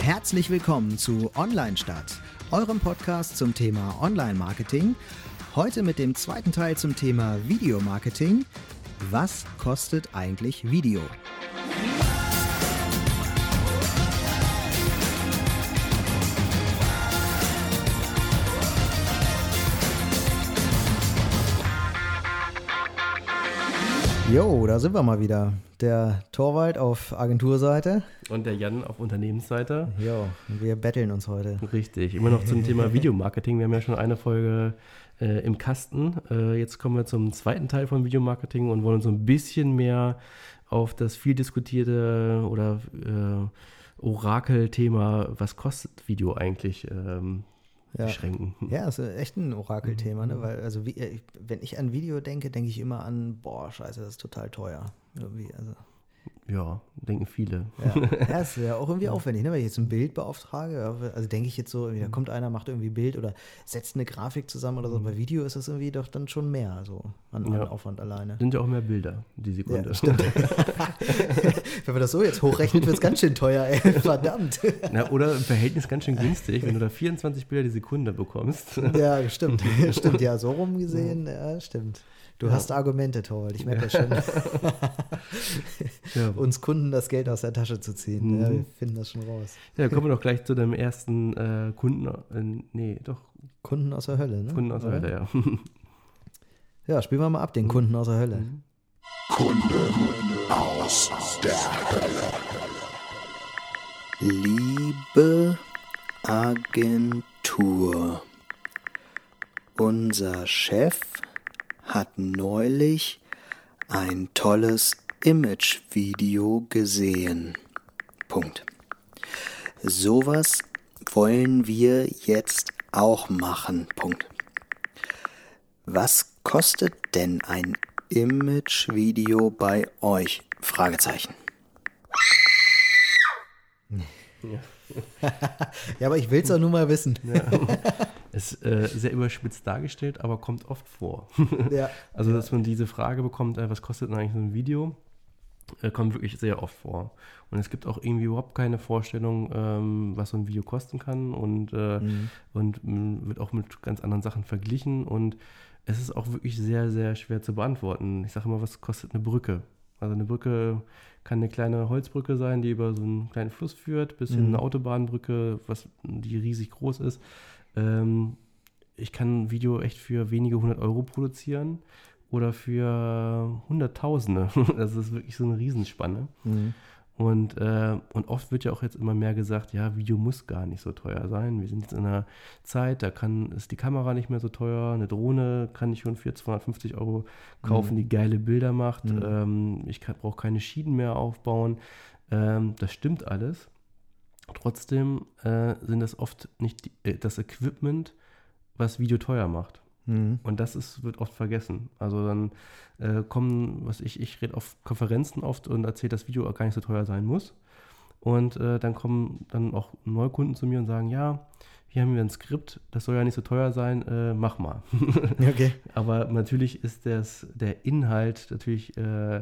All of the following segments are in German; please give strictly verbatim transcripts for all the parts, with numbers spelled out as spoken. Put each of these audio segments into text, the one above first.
Herzlich willkommen zu Online Stadt, eurem Podcast zum Thema Online-Marketing. Heute mit dem zweiten Teil zum Thema Videomarketing. Was kostet eigentlich Video? Jo, da sind wir mal wieder. Der Torvald auf Agenturseite. Und der Jan auf Unternehmensseite. Jo, wir betteln uns heute. Richtig, immer noch zum Thema Videomarketing. Wir haben ja schon eine Folge äh, im Kasten. Äh, jetzt kommen wir zum zweiten Teil von Videomarketing und wollen uns so ein bisschen mehr auf das viel diskutierte oder äh, Orakel-Thema, was kostet Video eigentlich, ähm, Ja. beschränken. Ja, das ist echt ein Orakelthema, ne? Weil, also wie, wenn ich an Video denke, denke ich immer an, boah, scheiße, das ist total teuer. Irgendwie, also. Ja, denken viele. Ja, ja, ist ja auch irgendwie aufwendig, ne? Wenn ich jetzt ein Bild beauftrage, also denke ich jetzt so, irgendwie, da kommt einer, macht irgendwie ein Bild oder setzt eine Grafik zusammen oder so. Bei Video ist das irgendwie doch dann schon mehr, also an, an Ja. Aufwand alleine. Sind ja auch mehr Bilder, die Sekunde. Ja, stimmt. Wenn man das so jetzt hochrechnet, wird es ganz schön teuer, ey. Verdammt. Na, oder im Verhältnis ganz schön günstig, wenn du da vierundzwanzig Bilder die Sekunde bekommst. Ja, stimmt. Stimmt, ja, so rum gesehen, ja, stimmt. Du ja. hast Argumente, Torvald, ich merke das schon. Ja. Uns Kunden das Geld aus der Tasche zu ziehen. Mhm. Ja, wir finden das schon raus. Ja, kommen wir doch gleich zu deinem ersten äh, Kunden. Äh, nee, doch. Kunden aus der Hölle, ne? Kunden aus der Hölle, ja. Ja, spielen wir mal ab, den Kunden aus der Hölle. Mhm. Kunden aus der Hölle. Liebe Agentur, unser Chef hat neulich ein tolles Imagevideo gesehen. Punkt. Sowas wollen wir jetzt auch machen. Punkt. Was kostet denn ein Imagevideo bei euch? Fragezeichen. Ja. Ja, aber ich will es doch nur mal wissen. Ja. Ist äh, sehr überspitzt dargestellt, aber kommt oft vor. Ja. Also, dass man diese Frage bekommt, äh, was kostet denn eigentlich so ein Video, äh, kommt wirklich sehr oft vor. Und es gibt auch irgendwie überhaupt keine Vorstellung, ähm, was so ein Video kosten kann und, äh, mhm. und mh, wird auch mit ganz anderen Sachen verglichen und es ist auch wirklich sehr, sehr schwer zu beantworten. Ich sage immer, was kostet eine Brücke? Also eine Brücke kann eine kleine Holzbrücke sein, die über so einen kleinen Fluss führt, bis hin mhm. eine Autobahnbrücke, was, die riesig groß ist. Ähm, ich kann ein Video echt für wenige hundert Euro produzieren oder für Hunderttausende. Das ist wirklich so eine Riesenspanne. Mhm. Und, äh, und oft wird ja auch jetzt immer mehr gesagt, ja, Video muss gar nicht so teuer sein. Wir sind jetzt in einer Zeit, da kann, ist die Kamera nicht mehr so teuer. Eine Drohne kann ich schon für zweihundertfünfzig Euro kaufen, mhm. die geile Bilder macht. Mhm. Ähm, ich brauche keine Schienen mehr aufbauen. Ähm, das stimmt alles. Trotzdem äh, sind das oft nicht die, äh, das Equipment, was Video teuer macht. Mhm. Und das ist, wird oft vergessen. Also dann äh, kommen, was ich, ich rede auf Konferenzen oft und erzähle, dass Video auch gar nicht so teuer sein muss. Und äh, dann kommen dann auch Neukunden zu mir und sagen, ja, hier haben wir ein Skript, das soll ja nicht so teuer sein, äh, mach mal. Okay. Aber natürlich ist das, der Inhalt natürlich äh,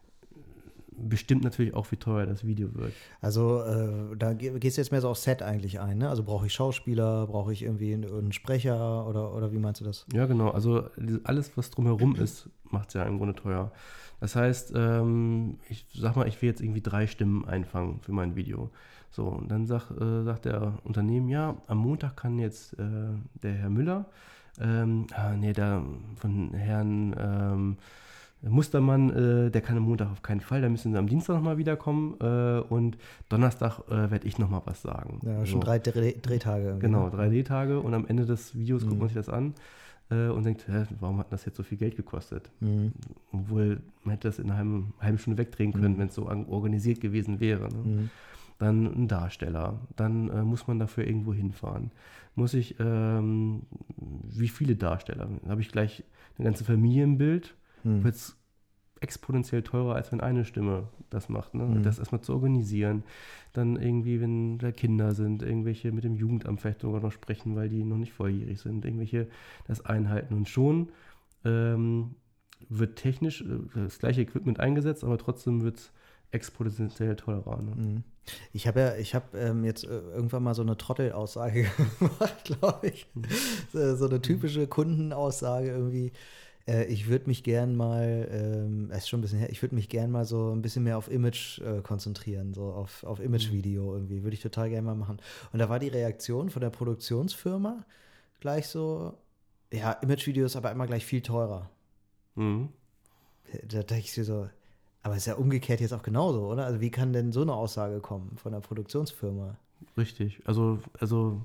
bestimmt natürlich auch, wie teuer das Video wird. Also äh, da gehst du jetzt mehr so auf Set eigentlich ein, ne? Also brauche ich Schauspieler, brauche ich irgendwie einen, einen Sprecher oder, oder wie meinst du das? Ja, genau. Also alles, was drumherum ist, macht es ja im Grunde teuer. Das heißt, ähm, ich sag mal, ich will jetzt irgendwie drei Stimmen einfangen für mein Video. So, und dann sag, äh, sagt der Unternehmen, ja, am Montag kann jetzt äh, der Herr Müller, ähm, ah, nee, der von Herrn ähm, Mustermann, äh, der kann am Montag auf keinen Fall, da müssen sie am Dienstag nochmal wiederkommen äh, und Donnerstag äh, werde ich nochmal was sagen. Ja, schon so. drei Dreh- Drehtage. Genau, drei Drehtage und am Ende des Videos mhm. guckt man sich das an äh, und denkt, hä, warum hat das jetzt so viel Geld gekostet? Mhm. Obwohl man hätte das in einer halben, halben Stunde wegdrehen können, mhm. wenn es so organisiert gewesen wäre. Ne? Mhm. Dann ein Darsteller, dann äh, muss man dafür irgendwo hinfahren. Muss ich, ähm, wie viele Darsteller? Dann habe ich gleich eine ganze Familie im Bild, hm. wird es exponentiell teurer, als wenn eine Stimme das macht. Ne? Hm. Das erstmal zu organisieren. Dann irgendwie, wenn da Kinder sind, irgendwelche mit dem Jugendamt vielleicht sogar noch sprechen, weil die noch nicht volljährig sind, irgendwelche das einhalten. Und schon ähm, wird technisch äh, das gleiche Equipment eingesetzt, aber trotzdem wird es exponentiell teurer. Ne? Ich habe ja, ich habe ähm, jetzt äh, irgendwann mal so eine Trottelaussage gemacht, glaube ich. Mhm. So, so eine typische Kundenaussage irgendwie. Äh, ich würde mich gern mal, ähm, ist schon ein bisschen her, ich würde mich gern mal so ein bisschen mehr auf Image äh, konzentrieren, so auf, auf Image-Video irgendwie. Würde ich total gerne mal machen. Und da war die Reaktion von der Produktionsfirma gleich so, ja, Image-Video ist aber immer gleich viel teurer. Mhm. Da dachte ich so, aber ist ja umgekehrt jetzt auch genauso, oder? Also wie kann denn so eine Aussage kommen von der Produktionsfirma? Richtig. Also, also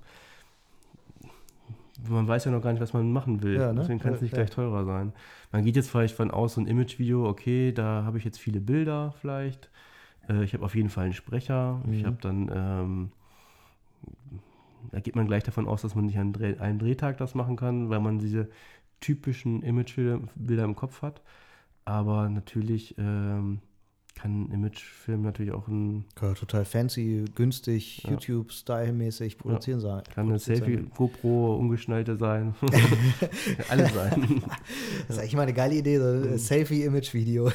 man weiß ja noch gar nicht, was man machen will. Ja, ne? Deswegen kann es nicht ja. gleich teurer sein. Man geht jetzt vielleicht von aus, so ein Image-Video, okay, da habe ich jetzt viele Bilder vielleicht. Äh, ich habe auf jeden Fall einen Sprecher. Mhm. Ich habe dann, ähm, da geht man gleich davon aus, dass man nicht an Dreh, einem Drehtag das machen kann, weil man diese typischen Image-Bilder im Kopf hat. Aber natürlich ähm, kann ein Imagefilm natürlich auch ein... Kann total fancy, günstig, ja. YouTube-Style-mäßig produzieren ja. sein. Kann eine Selfie-GoPro umgeschnallte sein. Alles sein. Das ist eigentlich mal eine geile Idee, so ein mhm. Selfie-Image-Video.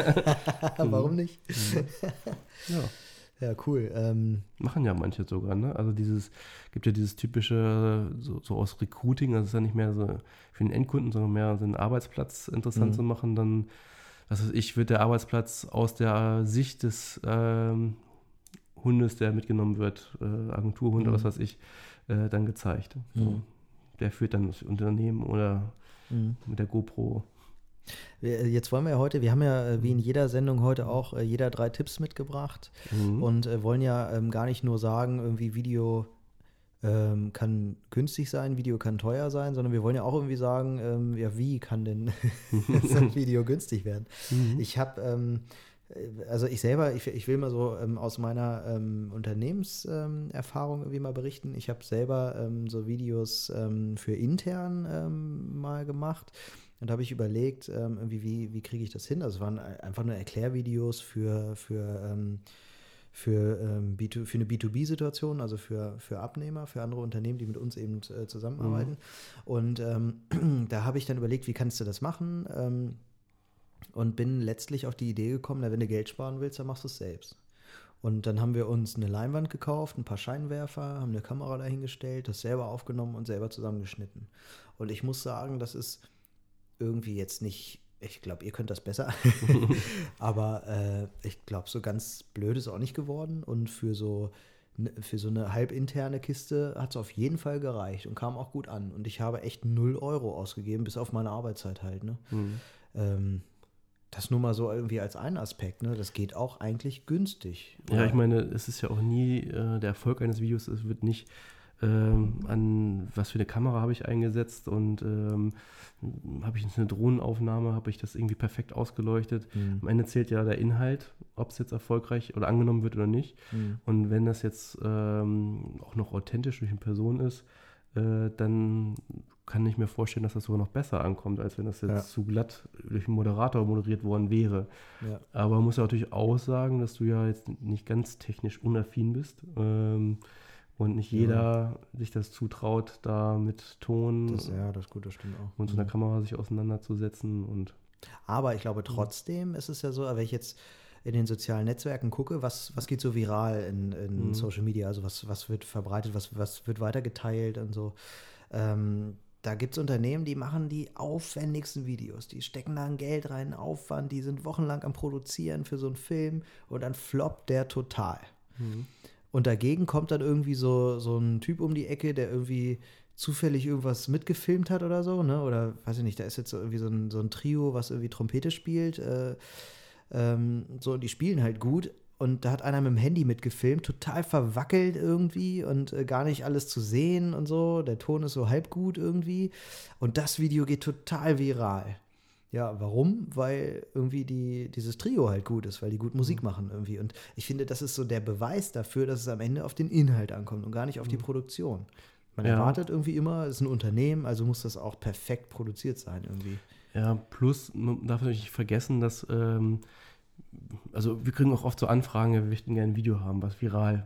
Warum nicht? Ja. Ja, cool. Ähm, Machen ja manche sogar, ne? Also dieses, gibt ja dieses typische, so, so aus Recruiting, das ist ja nicht mehr so für den Endkunden, sondern mehr so einen Arbeitsplatz interessant mhm. zu machen, dann, was weiß ich, wird der Arbeitsplatz aus der Sicht des ähm, Hundes, der mitgenommen wird, äh, Agenturhund oder mhm. was weiß ich, äh, dann gezeigt. Mhm. So, der führt dann das Unternehmen oder mhm. mit der GoPro. Jetzt wollen wir ja heute, wir haben ja wie in jeder Sendung heute auch äh, jeder drei Tipps mitgebracht mhm. und äh, wollen ja ähm, gar nicht nur sagen, irgendwie Video ähm, kann günstig sein, Video kann teuer sein, sondern wir wollen ja auch irgendwie sagen, ähm, ja, wie kann denn so ein Video günstig werden? Mhm. Ich habe, ähm, also ich selber, ich, ich will mal so ähm, aus meiner ähm, Unternehmenserfahrung ähm, irgendwie mal berichten. Ich habe selber ähm, so Videos ähm, für intern ähm, mal gemacht. Und da habe ich überlegt, ähm, irgendwie, wie, wie kriege ich das hin? Also es waren einfach nur Erklärvideos für, für, ähm, für, ähm, B zwei, für eine B zwei B-Situation, also für, für Abnehmer, für andere Unternehmen, die mit uns eben äh, zusammenarbeiten. Mhm. Und ähm, da habe ich dann überlegt, wie kannst du das machen? Ähm, und bin letztlich auf die Idee gekommen, na, wenn du Geld sparen willst, dann machst du es selbst. Und dann haben wir uns eine Leinwand gekauft, ein paar Scheinwerfer, haben eine Kamera dahingestellt, das selber aufgenommen und selber zusammengeschnitten. Und ich muss sagen, das ist irgendwie jetzt nicht, ich glaube, ihr könnt das besser, aber äh, ich glaube, so ganz blöd ist auch nicht geworden und für so, für so eine halbinterne Kiste hat es auf jeden Fall gereicht und kam auch gut an und ich habe echt null Euro ausgegeben, bis auf meine Arbeitszeit halt, ne? Mhm. Ähm, das nur mal so irgendwie als ein Aspekt, ne? Das geht auch eigentlich günstig. Ja, oder? Ich meine, es ist ja auch nie äh, der Erfolg eines Videos, es wird nicht ähm, an was für eine Kamera habe ich eingesetzt und ähm, habe ich eine Drohnenaufnahme, habe ich das irgendwie perfekt ausgeleuchtet. Mhm. Am Ende zählt ja der Inhalt, ob es jetzt erfolgreich oder angenommen wird oder nicht. Mhm. Und wenn das jetzt ähm, auch noch authentisch durch eine Person ist, äh, dann kann ich mir vorstellen, dass das sogar noch besser ankommt, als wenn das jetzt ja. zu glatt durch einen Moderator moderiert worden wäre. Ja. Aber man muss ja natürlich auch sagen, dass du ja jetzt nicht ganz technisch unaffin bist. Ähm, Und nicht jeder ja. sich das zutraut, da mit Ton das, ja, das, gut, das stimmt auch. und so einer Kamera sich auseinanderzusetzen. Und aber ich glaube trotzdem ist es ja so, wenn ich jetzt in den sozialen Netzwerken gucke, was, was geht so viral in, in mhm. Social Media, also was, was wird verbreitet, was, was wird weitergeteilt und so. Ähm, da gibt es Unternehmen, die machen die aufwendigsten Videos, die stecken da ein Geld rein, Aufwand, die sind wochenlang am Produzieren für so einen Film und dann floppt der total. Mhm. Und dagegen kommt dann irgendwie so, so ein Typ um die Ecke, der irgendwie zufällig irgendwas mitgefilmt hat oder so, ne? Oder weiß ich nicht, da ist jetzt so irgendwie so ein, so ein Trio, was irgendwie Trompete spielt. Äh, ähm, so, die spielen halt gut. Und da hat einer mit dem Handy mitgefilmt, total verwackelt irgendwie und äh, gar nicht alles zu sehen und so. Der Ton ist so halb gut irgendwie. Und das Video geht total viral. Ja, warum? Weil irgendwie die, dieses Trio halt gut ist, weil die gut Musik machen irgendwie. Und ich finde, das ist so der Beweis dafür, dass es am Ende auf den Inhalt ankommt und gar nicht auf die Produktion. Man ja. erwartet irgendwie immer, es ist ein Unternehmen, also muss das auch perfekt produziert sein irgendwie. Ja, plus, man darf natürlich nicht vergessen, dass, ähm, also wir kriegen auch oft so Anfragen, wir möchten gerne ein Video haben, was viral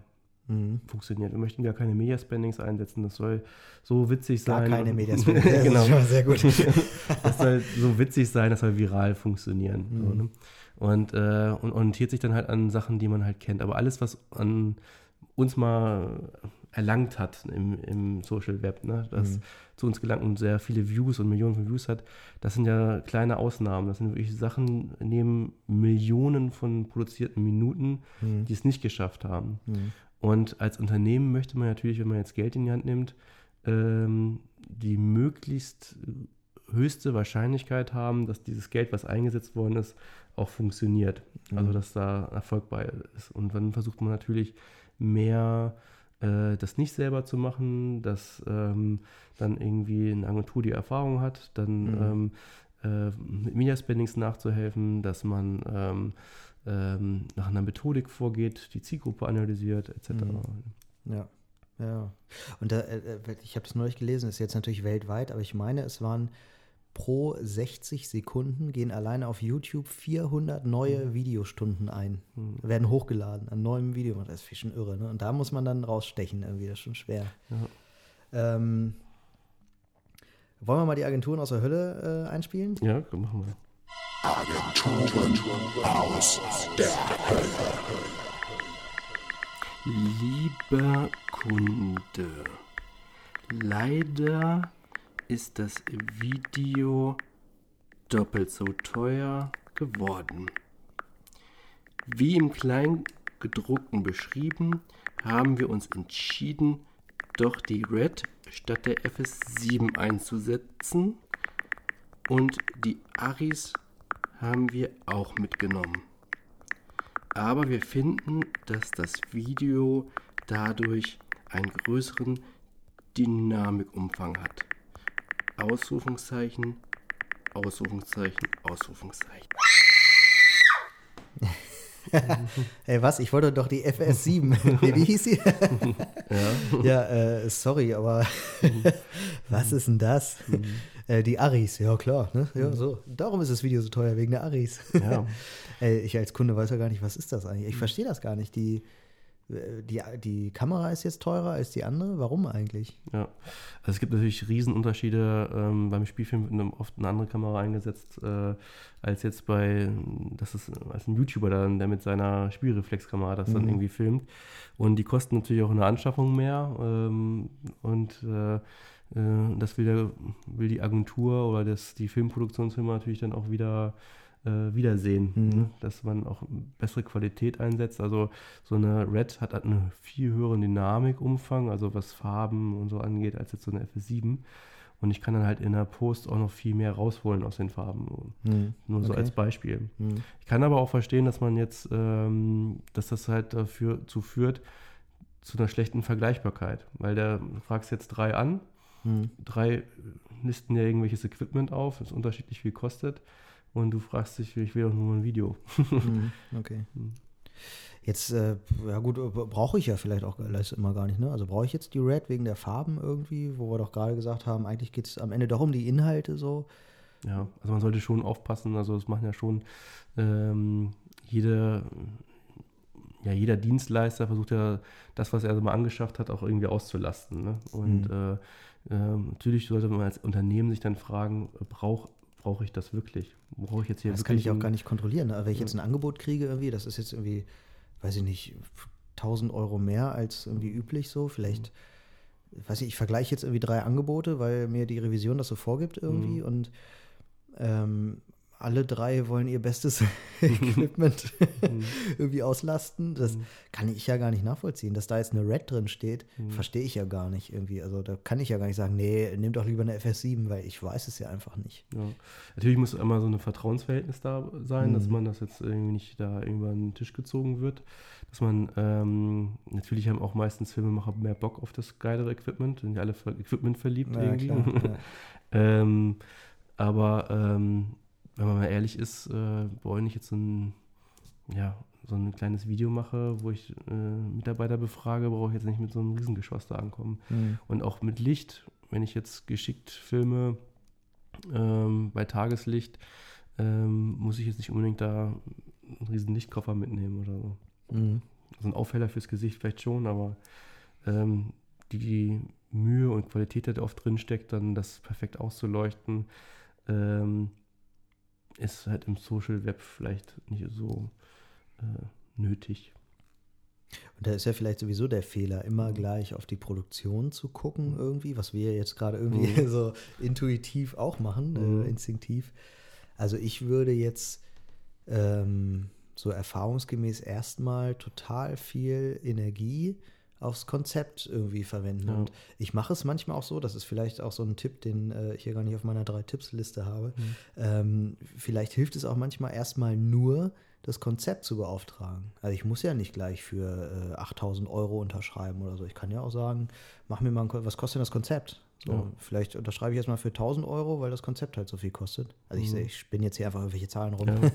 mhm. funktioniert. Wir möchten gar keine Media-Spendings einsetzen. Das soll so witzig sein. Gar keine Media-Spendings. Das genau. ist schon mal sehr gut. Das soll so witzig sein, das soll viral funktionieren. Mhm. So, ne? Und, äh, und orientiert sich dann halt an Sachen, die man halt kennt. Aber alles, was an uns mal erlangt hat im, im Social Web, ne, das mhm. zu uns gelangt und sehr viele Views und Millionen von Views hat, das sind ja kleine Ausnahmen. Das sind wirklich Sachen neben Millionen von produzierten Minuten, mhm. die es nicht geschafft haben. Mhm. Und als Unternehmen möchte man natürlich, wenn man jetzt Geld in die Hand nimmt, ähm, die möglichst höchste Wahrscheinlichkeit haben, dass dieses Geld, was eingesetzt worden ist, auch funktioniert. Mhm. Also, dass da Erfolg bei ist. Und dann versucht man natürlich mehr äh, das nicht selber zu machen, dass ähm, dann irgendwie eine Agentur die Erfahrung hat, dann mhm. ähm, äh, mit Media-Spendings nachzuhelfen, dass man ähm, ähm, nach einer Methodik vorgeht, die Zielgruppe analysiert, et cetera. Mhm. Ja, ja. Und da, äh, ich habe das neulich gelesen, ist jetzt natürlich weltweit, aber ich meine, es waren pro sechzig Sekunden gehen alleine auf YouTube vierhundert neue mhm. Videostunden ein, mhm. werden hochgeladen an neuem Video. Das ist schon irre, ne? Und da muss man dann rausstechen irgendwie, das ist schon schwer. Ja. Ähm, wollen wir mal die Agenturen aus der Hölle äh, einspielen? Ja, machen wir. Agenturen aus der Hölle. Lieber Kunde, leider ist das Video doppelt so teuer geworden. Wie im Kleingedruckten beschrieben, haben wir uns entschieden, doch die Red statt der F S sieben einzusetzen und die Aris haben wir auch mitgenommen. Aber wir finden, dass das Video dadurch einen größeren Dynamikumfang hat. Ausrufungszeichen, Ausrufungszeichen, Ausrufungszeichen. Ey, was? Ich wollte doch die F S sieben. Nee, wie hieß sie? Ja, ja äh, sorry, aber was ist denn das? Mhm. Äh, die Aris, ja klar. Ne? Ja, so. Darum ist das Video so teuer, wegen der Aris. Ja. Ey, ich als Kunde weiß ja gar nicht, was ist das eigentlich? Ich verstehe das gar nicht. Die, die, die Kamera ist jetzt teurer als die andere. Warum eigentlich? Ja, also es gibt natürlich Riesenunterschiede. Ähm, beim Spielfilm wird oft eine andere Kamera eingesetzt, äh, als jetzt bei, das ist als ein YouTuber dann, der mit seiner Spielreflexkamera das mhm. dann irgendwie filmt. Und die kosten natürlich auch in der Anschaffung mehr. Ähm, und äh, äh, das will, der, will die Agentur oder das, die Filmproduktionsfirma natürlich dann auch wieder Äh, wiedersehen, mhm. ne? Dass man auch bessere Qualität einsetzt. Also so eine Red hat halt einen viel höheren Dynamikumfang, also was Farben und so angeht, als jetzt so eine F S sieben. Und ich kann dann halt in der Post auch noch viel mehr rausholen aus den Farben. Mhm. Nur so okay. als Beispiel. Mhm. Ich kann aber auch verstehen, dass man jetzt, ähm, dass das halt dafür zu führt, zu einer schlechten Vergleichbarkeit. Weil der, du fragst jetzt drei an, mhm. drei listen ja irgendwelches Equipment auf, das unterschiedlich viel kostet. Und du fragst dich, ich will doch nur ein Video. Okay. Jetzt, äh, ja gut, brauche ich ja vielleicht auch immer gar nicht, ne? Also brauche ich jetzt die Red wegen der Farben irgendwie, wo wir doch gerade gesagt haben, eigentlich geht es am Ende doch um die Inhalte so. Ja, also man sollte schon aufpassen, also das machen ja schon ähm, jede, ja, jeder Dienstleister versucht ja das, was er so mal angeschafft hat, auch irgendwie auszulasten, ne? Und mhm. äh, äh, natürlich sollte man als Unternehmen sich dann fragen, braucht brauche ich das wirklich? Brauche ich jetzt hier das wirklich? kann ich auch gar nicht kontrollieren. Ne? Wenn ich jetzt ein Angebot kriege irgendwie, das ist jetzt irgendwie, weiß ich nicht, tausend Euro mehr als irgendwie üblich so. Vielleicht, mhm. weiß ich, ich vergleiche jetzt irgendwie drei Angebote, weil mir die Revision das so vorgibt irgendwie mhm. und ähm, alle drei wollen ihr bestes Equipment mhm. irgendwie auslasten. Das mhm. kann ich ja gar nicht nachvollziehen. Dass da jetzt eine Red drin steht, mhm. verstehe ich ja gar nicht irgendwie. Also da kann ich ja gar nicht sagen, nee, nimm doch lieber eine F S sieben, weil ich weiß es ja einfach nicht. Ja. Natürlich muss immer so ein Vertrauensverhältnis da sein, mhm. dass man das jetzt irgendwie nicht da irgendwann an den Tisch gezogen wird. Dass man, ähm, natürlich haben auch meistens Filmemacher mehr Bock auf das geilere Equipment, sind ja alle Equipment verliebt ja, irgendwie. Klar, ja. ähm, aber ähm, wenn man mal ehrlich ist, äh, wenn ich jetzt so ein, ja, so ein kleines Video mache, wo ich äh, Mitarbeiter befrage, brauche ich jetzt nicht mit so einem Riesengeschoss da ankommen. Mhm. Und auch mit Licht, wenn ich jetzt geschickt filme, ähm, bei Tageslicht, ähm, muss ich jetzt nicht unbedingt da einen riesen Lichtkoffer mitnehmen oder so. Mhm. so ein Aufheller fürs Gesicht vielleicht schon, aber ähm, die Mühe und Qualität, die da oft drin steckt, dann das perfekt auszuleuchten, ähm, ist halt im Social Web vielleicht nicht so äh, nötig. Und da ist ja vielleicht sowieso der Fehler, immer gleich auf die Produktion zu gucken irgendwie, was wir jetzt gerade irgendwie mhm. so intuitiv auch machen, mhm. äh, instinktiv. Also ich würde jetzt ähm, so erfahrungsgemäß erstmal total viel Energie aufs Konzept irgendwie verwenden. Ja. Und ich mache es manchmal auch so, das ist vielleicht auch so ein Tipp, den äh, ich hier gar nicht auf meiner Drei-Tipps-Liste habe. Mhm. Ähm, vielleicht hilft es auch manchmal erstmal nur, das Konzept zu beauftragen. Also ich muss ja nicht gleich für äh, achttausend Euro unterschreiben oder so. Ich kann ja auch sagen, mach mir mal ein, was kostet denn das Konzept? So, ja. Vielleicht unterschreibe ich erstmal für tausend Euro, weil das Konzept halt so viel kostet. Also mhm. ich, ich spinne jetzt hier einfach irgendwelche Zahlen rum. Ja.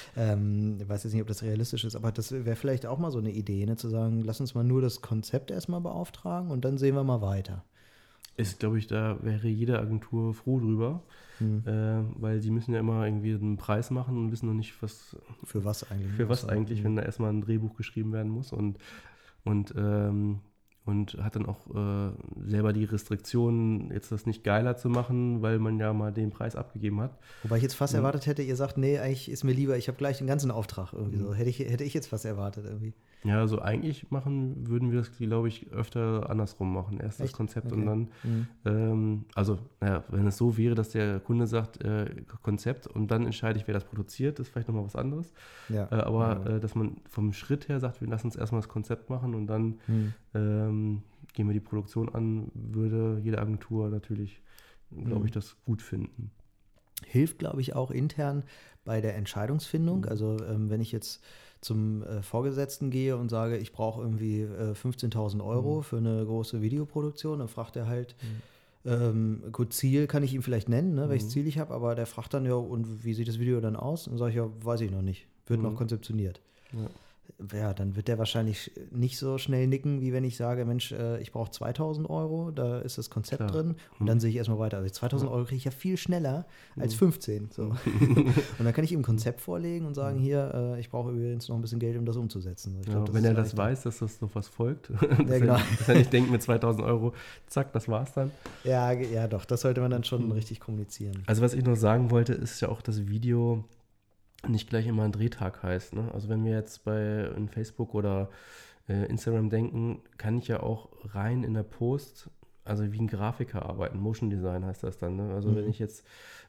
ähm, ich weiß jetzt nicht, ob das realistisch ist, aber das wäre vielleicht auch mal so eine Idee, ne, zu sagen, lass uns mal nur das Konzept erstmal beauftragen und dann sehen wir mal weiter. Ist, glaube ich, da wäre jede Agentur froh drüber, mhm. äh, weil sie müssen ja immer irgendwie einen Preis machen und wissen noch nicht, was für was eigentlich, für was eigentlich, mhm. wenn da erstmal ein Drehbuch geschrieben werden muss und, und ähm, und hat dann auch äh, selber die Restriktionen, jetzt das nicht geiler zu machen, weil man ja mal den Preis abgegeben hat. Wobei ich jetzt fast mhm. erwartet hätte, ihr sagt, nee, eigentlich ist mir lieber, ich habe gleich den ganzen Auftrag irgendwie mhm. so. Hätte ich, hätte ich jetzt fast erwartet irgendwie. Ja, also eigentlich machen, würden wir das, glaube ich, öfter andersrum machen. Erst Echt? Das Konzept okay. und dann, mhm. ähm, also, naja, wenn es so wäre, dass der Kunde sagt, äh, Konzept und dann entscheide ich, wer das produziert, ist vielleicht nochmal was anderes. Ja. Äh, aber ja. Äh, dass man vom Schritt her sagt, wir lassen uns erstmal das Konzept machen und dann mhm. ähm, gehen wir die Produktion an, würde jede Agentur natürlich, glaube mhm. ich, das gut finden. Hilft, glaube ich, auch intern bei der Entscheidungsfindung. Mhm. Also ähm, wenn ich jetzt zum äh, Vorgesetzten gehe und sage, ich brauche irgendwie äh, fünfzehntausend Euro mhm. für eine große Videoproduktion, dann fragt er halt, mhm. ähm, gut, Ziel kann ich ihm vielleicht nennen, ne, welches mhm. Ziel ich habe, aber der fragt dann ja, und wie sieht das Video dann aus? Und dann sage ich, ja, weiß ich noch nicht, wird mhm. noch konzeptioniert. Ja. Ja, dann wird der wahrscheinlich nicht so schnell nicken, wie wenn ich sage, Mensch, äh, ich brauche zweitausend Euro, da ist das Konzept Klar. drin und mhm. dann sehe ich erstmal weiter. Also zweitausend ja. Euro kriege ich ja viel schneller als fünfzehn. So. Und dann kann ich ihm ein Konzept vorlegen und sagen, hier, äh, ich brauche übrigens noch ein bisschen Geld, um das umzusetzen. Ich ja, glaub, das wenn er das weiß, dass das noch was folgt, ja, genau. er, dass er nicht denkt, mit zweitausend Euro, zack, das war's dann. Ja, ja, doch, das sollte man dann schon mhm. richtig kommunizieren. Also was ich noch sagen wollte, ist ja auch das Video nicht gleich immer ein Drehtag heißt. Ne? Also wenn wir jetzt bei in Facebook oder äh, Instagram denken, kann ich ja auch rein in der Post, also wie ein Grafiker arbeiten. Motion Design heißt das dann. Ne? Also mhm. wenn ich jetzt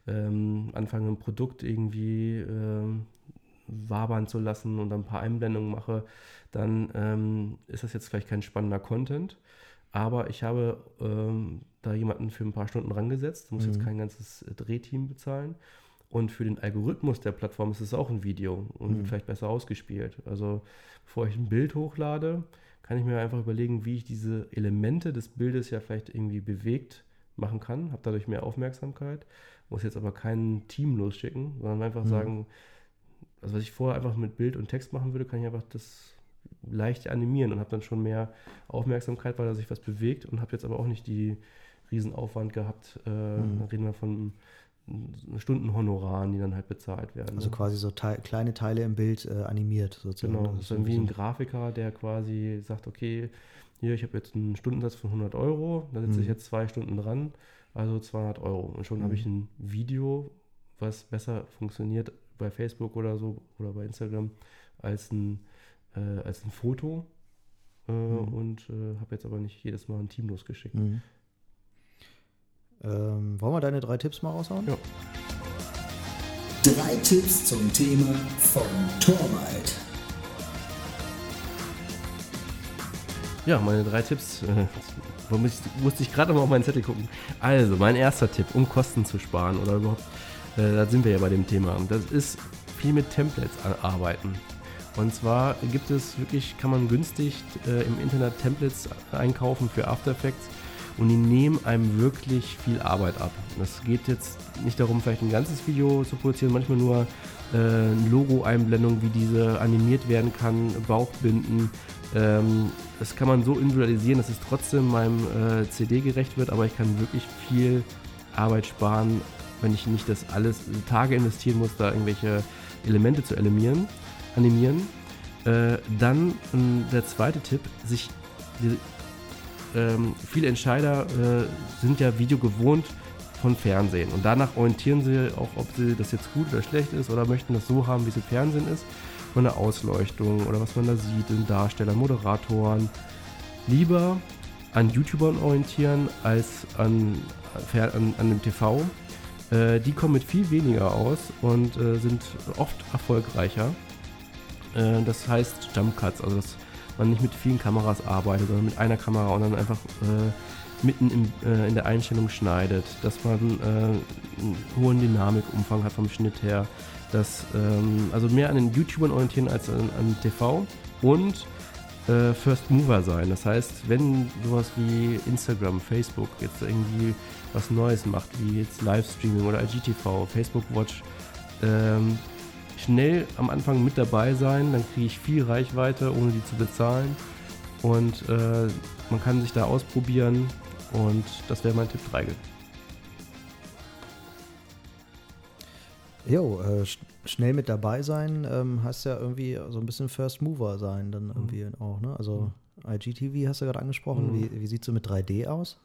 ähm, anfange, ein Produkt irgendwie ähm, wabern zu lassen und dann ein paar Einblendungen mache, dann ähm, ist das jetzt vielleicht kein spannender Content. Aber ich habe ähm, da jemanden für ein paar Stunden rangesetzt, muss mhm. jetzt kein ganzes Drehteam bezahlen. Und für den Algorithmus der Plattform ist es auch ein Video und mhm. wird vielleicht besser ausgespielt. Also bevor ich ein Bild hochlade, kann ich mir einfach überlegen, wie ich diese Elemente des Bildes ja vielleicht irgendwie bewegt machen kann. Habe dadurch mehr Aufmerksamkeit, muss jetzt aber kein Team losschicken, sondern einfach mhm. sagen, also was ich vorher einfach mit Bild und Text machen würde, kann ich einfach das leicht animieren und habe dann schon mehr Aufmerksamkeit, weil da sich was bewegt und habe jetzt aber auch nicht die Riesenaufwand gehabt. Äh, mhm. Da reden wir von Stundenhonoraren, die dann halt bezahlt werden. Also ne? quasi so te- kleine Teile im Bild äh, animiert sozusagen. Genau, das ist dann wie ein Grafiker, der quasi sagt, okay, hier, ich habe jetzt einen Stundensatz von hundert Euro, da sitze mhm. ich jetzt zwei Stunden dran, also zweihundert Euro. Und schon mhm. habe ich ein Video, was besser funktioniert bei Facebook oder so oder bei Instagram als ein, äh, als ein Foto äh, mhm. und äh, habe jetzt aber nicht jedes Mal ein Team losgeschickt. Mhm. Ähm, wollen wir deine drei Tipps mal raushauen? Ja. Drei Tipps zum Thema von Torvald. Ja, meine drei Tipps. Äh, musste ich, musste ich gerade mal auf meinen Zettel gucken. Also, mein erster Tipp, um Kosten zu sparen oder überhaupt, äh, da sind wir ja bei dem Thema. Das ist viel mit Templates arbeiten. Und zwar gibt es wirklich, kann man günstig äh, im Internet Templates einkaufen für After Effects. Und die nehmen einem wirklich viel Arbeit ab. Es geht jetzt nicht darum, vielleicht ein ganzes Video zu produzieren, manchmal nur äh, eine Logo-Einblendung, wie diese animiert werden kann, Bauchbinden. Ähm, das kann man so individualisieren, dass es trotzdem meinem äh, C D gerecht wird, aber ich kann wirklich viel Arbeit sparen, wenn ich nicht das alles Tage investieren muss, da irgendwelche Elemente zu animieren. animieren. Äh, dann äh, der zweite Tipp, sich die, ähm, viele Entscheider äh, sind ja Video gewohnt von Fernsehen und danach orientieren sie auch, ob sie das jetzt gut oder schlecht ist oder möchten das so haben, wie es im Fernsehen ist, von der Ausleuchtung oder was man da sieht, den Darstellern, Moderatoren. Lieber an YouTubern orientieren als an, an, an dem T V. Äh, die kommen mit viel weniger aus und äh, sind oft erfolgreicher. Äh, das heißt Jump Cuts, also dass man nicht mit vielen Kameras arbeitet, sondern mit einer Kamera und dann einfach äh, mitten im, äh, in der Einstellung schneidet, dass man äh, einen hohen Dynamikumfang hat vom Schnitt her, dass ähm, also mehr an den YouTubern orientieren als an, an T V und äh, First Mover sein. Das heißt, wenn sowas wie Instagram, Facebook jetzt irgendwie was Neues macht, wie jetzt Livestreaming oder I G T V, Facebook Watch, ähm, schnell am Anfang mit dabei sein, dann kriege ich viel Reichweite, ohne die zu bezahlen und äh, man kann sich da ausprobieren und das wäre mein Tipp drei. Jo, äh, sch- schnell mit dabei sein ähm, heißt ja irgendwie so ein bisschen First Mover sein dann irgendwie mhm. auch, ne? Also mhm. I G T V hast du gerade angesprochen, mhm. wie, wie sieht es so mit drei D aus?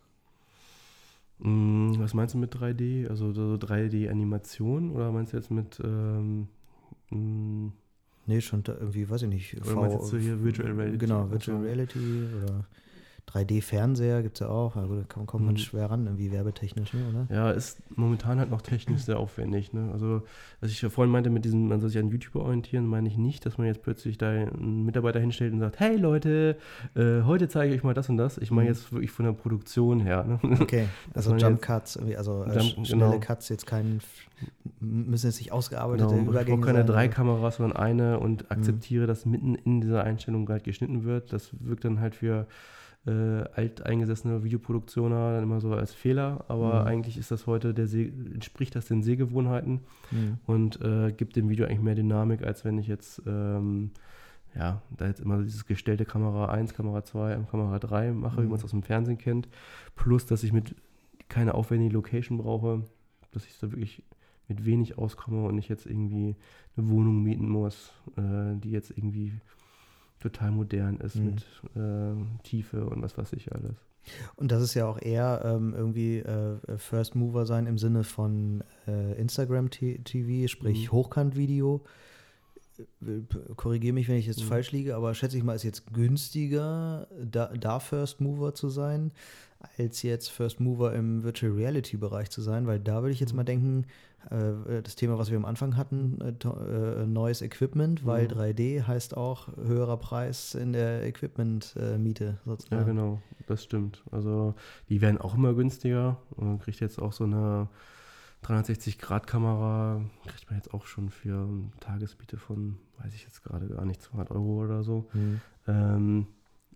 Mhm, was meinst du mit drei D? Also so drei D-Animation oder meinst du jetzt mit ähm, mh, nee, schon da irgendwie, weiß ich nicht. Oder v- meinst du jetzt so hier Virtual Reality? Genau, Virtual also. Reality oder drei D-Fernseher gibt es ja auch, also da kommt, kommt man mhm. schwer ran, irgendwie werbetechnisch, ne, oder? Ja, ist momentan halt noch technisch sehr aufwendig, ne? Also, was ich ja vorhin meinte mit diesem, man soll sich an YouTuber orientieren, meine ich nicht, dass man jetzt plötzlich da einen Mitarbeiter hinstellt und sagt, hey Leute, äh, heute zeige ich euch mal das und das. Ich meine jetzt wirklich von der Produktion her, ne? Okay, also Jump Cuts, irgendwie, also äh, Jump, schnelle genau. Cuts, jetzt kein, müssen jetzt nicht ausgearbeitete genau, Übergänge ich brauche keine sein, drei oder? Kameras, sondern eine und akzeptiere, mhm. dass mitten in dieser Einstellung gerade geschnitten wird. Das wirkt dann halt für Äh, alteingesessene Videoproduktioner dann immer so als Fehler, aber mhm. eigentlich ist das heute, der Seh, entspricht das den Sehgewohnheiten mhm. und äh, gibt dem Video eigentlich mehr Dynamik, als wenn ich jetzt ähm, ja, da jetzt immer dieses gestellte Kamera eins, Kamera zwei, Kamera drei mache, mhm. wie man es aus dem Fernsehen kennt, plus, dass ich mit keine aufwendige Location brauche, dass ich da wirklich mit wenig auskomme und nicht jetzt irgendwie eine Wohnung mieten muss, äh, die jetzt irgendwie total modern ist mhm. mit äh, Tiefe und was weiß ich alles. Und das ist ja auch eher ähm, irgendwie äh, First Mover sein im Sinne von äh, Instagram T V, sprich mhm. Hochkant-Video. Korrigiere mich, wenn ich jetzt mhm. falsch liege, aber schätze ich mal, ist jetzt günstiger, da, da First Mover zu sein, als jetzt First Mover im Virtual Reality Bereich zu sein, weil da würde ich jetzt mal denken, äh, das Thema, was wir am Anfang hatten, äh, to, äh, neues Equipment, weil mhm. drei D heißt auch höherer Preis in der Equipment-Miete äh, sozusagen. Ja, genau, das stimmt. Also die werden auch immer günstiger. Man kriegt jetzt auch so eine dreihundertsechzig Grad Kamera, kriegt man jetzt auch schon für eine Tagesmiete von, weiß ich jetzt gerade gar nicht, zweihundert Euro oder so. Mhm. Ähm,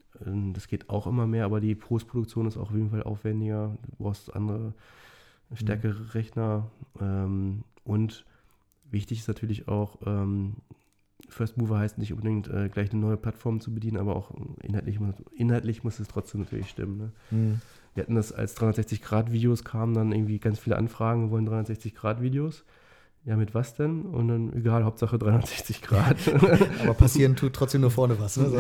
das geht auch immer mehr, aber die Postproduktion ist auch auf jeden Fall aufwendiger. Du brauchst andere, stärkere mhm. Rechner. Ähm, und wichtig ist natürlich auch, ähm, First Mover heißt nicht unbedingt äh, gleich eine neue Plattform zu bedienen, aber auch inhaltlich, inhaltlich muss es trotzdem natürlich stimmen. Ne? Mhm. Wir hatten das, als dreihundertsechzig Grad Videos kamen, dann irgendwie ganz viele Anfragen, wir wollen dreihundertsechzig Grad Videos. Ja, mit was denn? Und dann, egal, Hauptsache dreihundertsechzig Grad. Aber passieren tut trotzdem nur vorne was, ne? So.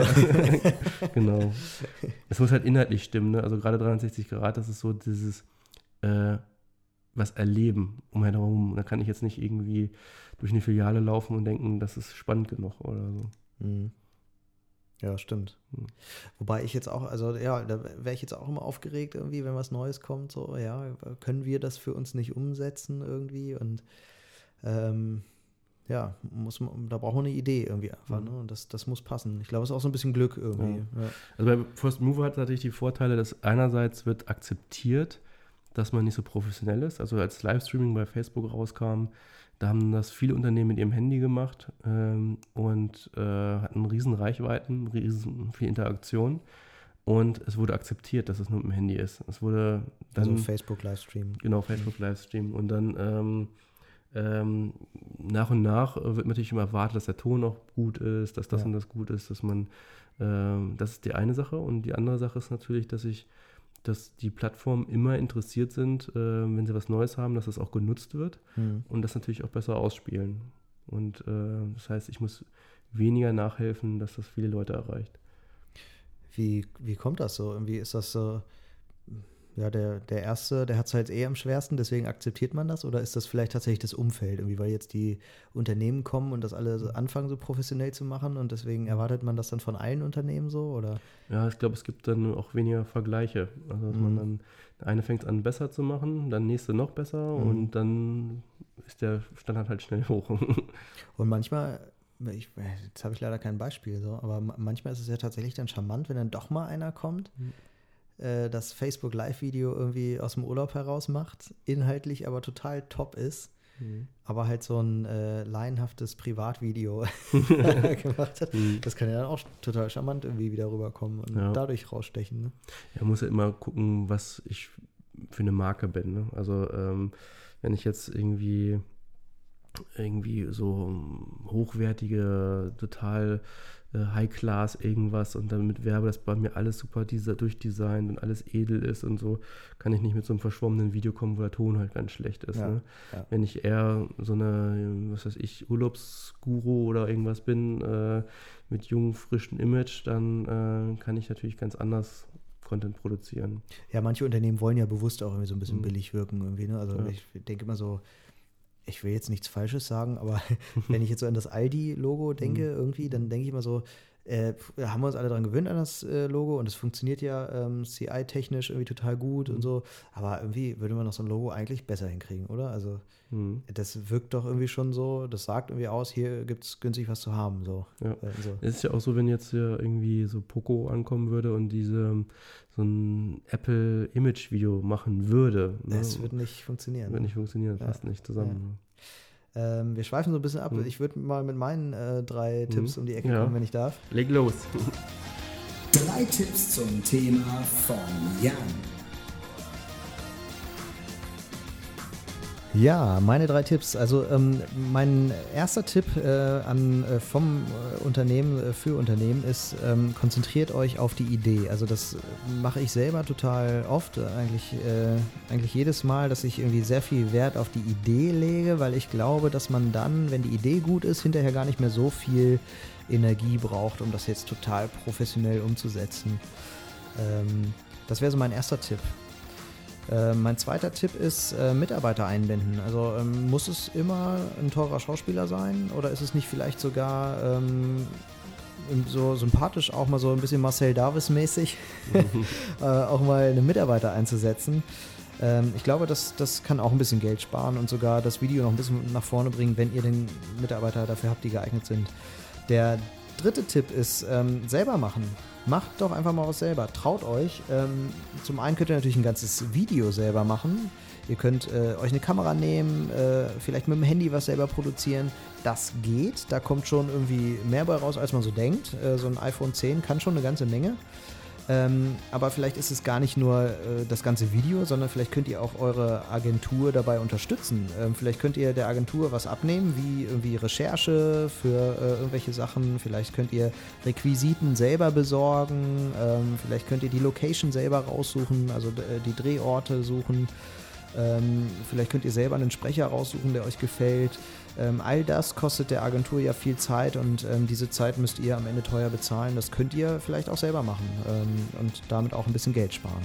Genau. Es muss halt inhaltlich stimmen, ne? Also gerade dreihundertsechzig Grad, das ist so dieses äh, was erleben um einen herum. Da kann ich jetzt nicht irgendwie durch eine Filiale laufen und denken, das ist spannend genug oder so. Mhm. Ja, stimmt. Mhm. Wobei ich jetzt auch, also ja, da wäre ich jetzt auch immer aufgeregt irgendwie, wenn was Neues kommt, so, ja, können wir das für uns nicht umsetzen irgendwie und ähm, ja, muss man, da braucht man eine Idee irgendwie einfach, mhm. ne? Und das, das muss passen. Ich glaube, es ist auch so ein bisschen Glück irgendwie. Ja. Ja. Also bei First Mover hat es natürlich die Vorteile, dass einerseits wird akzeptiert, dass man nicht so professionell ist. Also als Livestreaming bei Facebook rauskam, da haben das viele Unternehmen mit ihrem Handy gemacht ähm, und äh, hatten riesen Reichweiten, riesen viel Interaktion. Und es wurde akzeptiert, dass es nur mit dem Handy ist. Es wurde dann, also Facebook Livestream. Genau, Facebook Livestream. Und dann ähm, ähm, nach und nach wird natürlich immer erwartet, dass der Ton auch gut ist, dass das ja. und das gut ist, dass man, ähm, das ist die eine Sache. Und die andere Sache ist natürlich, dass ich dass die Plattformen immer interessiert sind, äh, wenn sie was Neues haben, dass das auch genutzt wird mhm. und das natürlich auch besser ausspielen. Und äh, das heißt, ich muss weniger nachhelfen, dass das viele Leute erreicht. Wie, wie kommt das so? Irgendwie ist das so, ja, der, der Erste, der hat es halt eh am schwersten, deswegen akzeptiert man das? Oder ist das vielleicht tatsächlich das Umfeld, irgendwie, weil jetzt die Unternehmen kommen und das alle so anfangen, so professionell zu machen und deswegen erwartet man das dann von allen Unternehmen so? Oder? Ja, ich glaube, es gibt dann auch weniger Vergleiche. Also, dass Mhm. man dann, der eine fängt an besser zu machen, dann nächste noch besser Mhm. und dann ist der Standard halt schnell hoch. Und manchmal, ich, jetzt habe ich leider kein Beispiel, so, aber ma- manchmal ist es ja tatsächlich dann charmant, wenn dann doch mal einer kommt, Mhm. äh, das Facebook-Live-Video irgendwie aus dem Urlaub heraus macht, inhaltlich aber total top ist, Mhm. aber halt so ein äh, laienhaftes Privatvideo gemacht hat. Mhm. Das kann ja dann auch total charmant irgendwie wieder rüberkommen und Ja. dadurch rausstechen. Ne? Ja, man muss ja immer gucken, was ich für eine Marke bin. Ne? Also ähm, wenn ich jetzt irgendwie irgendwie so hochwertige, total äh, High-Class irgendwas und damit werbe, dass bei mir alles super dieser, durchdesignt und alles edel ist und so, kann ich nicht mit so einem verschwommenen Video kommen, wo der Ton halt ganz schlecht ist. Ja, Ne? ja. Wenn ich eher so eine, was weiß ich, Urlaubsguru oder irgendwas bin, äh, mit jungem, frischen Image, dann äh, kann ich natürlich ganz anders Content produzieren. Ja, manche Unternehmen wollen ja bewusst auch irgendwie so ein bisschen Mhm. billig wirken irgendwie, ne? Also Ja. ich denke immer so, ich will jetzt nichts Falsches sagen, aber wenn ich jetzt so an das Aldi-Logo denke Mhm. irgendwie, dann denke ich immer so, äh, haben wir uns alle daran gewöhnt an das äh, Logo und es funktioniert ja ähm, C I-technisch irgendwie total gut Mhm. und so, aber irgendwie würde man noch so ein Logo eigentlich besser hinkriegen, oder? Also Mhm. das wirkt doch irgendwie schon so, das sagt irgendwie aus, hier gibt es günstig was zu haben, so. Ja. Äh, so. Es ist ja auch so, wenn jetzt hier irgendwie so Poco ankommen würde und diese so ein Apple-Image-Video machen würde. Ne? Das wird nicht funktionieren. Wird nicht funktionieren, Ja. passt nicht zusammen. Ähm, wir schweifen so ein bisschen ab. Mhm. Ich würde mal mit meinen äh, drei Mhm. Tipps um die Ecke Ja. kommen, wenn ich darf. Leg los. Drei Tipps zum Thema von Jan. Ja, meine drei Tipps. Also ähm, mein erster Tipp äh, an, äh, vom äh, Unternehmen äh, für Unternehmen ist, ähm, konzentriert euch auf die Idee. Also das äh, mache ich selber total oft, äh, eigentlich, äh, eigentlich jedes Mal, dass ich irgendwie sehr viel Wert auf die Idee lege, weil ich glaube, dass man dann, wenn die Idee gut ist, hinterher gar nicht mehr so viel Energie braucht, um das jetzt total professionell umzusetzen. Ähm, das wäre so mein erster Tipp. Äh, mein zweiter Tipp ist, äh, Mitarbeiter einbinden. Also ähm, muss es immer ein teurer Schauspieler sein oder ist es nicht vielleicht sogar ähm, so sympathisch auch mal so ein bisschen Marcel Davis-mäßig äh, auch mal einen Mitarbeiter einzusetzen? Ähm, ich glaube, das, das kann auch ein bisschen Geld sparen und sogar das Video noch ein bisschen nach vorne bringen, wenn ihr den Mitarbeiter dafür habt, die geeignet sind. Der dritte Tipp ist, ähm, selber machen. Macht doch einfach mal was selber. Traut euch. Ähm, zum einen könnt ihr natürlich ein ganzes Video selber machen. Ihr könnt äh, euch eine Kamera nehmen, äh, vielleicht mit dem Handy was selber produzieren. Das geht. Da kommt schon irgendwie mehr bei raus, als man so denkt. Äh, so ein iPhone zehn kann schon eine ganze Menge. Ähm, aber vielleicht ist es gar nicht nur äh, das ganze Video, sondern vielleicht könnt ihr auch eure Agentur dabei unterstützen. Ähm, vielleicht könnt ihr der Agentur was abnehmen, wie irgendwie Recherche für äh, irgendwelche Sachen. Vielleicht könnt ihr Requisiten selber besorgen. Ähm, vielleicht könnt ihr die Location selber raussuchen, also äh, die Drehorte suchen. Ähm, vielleicht könnt ihr selber einen Sprecher raussuchen, der euch gefällt. Ähm, all das kostet der Agentur ja viel Zeit und ähm, diese Zeit müsst ihr am Ende teuer bezahlen. Das könnt ihr vielleicht auch selber machen ähm, und damit auch ein bisschen Geld sparen.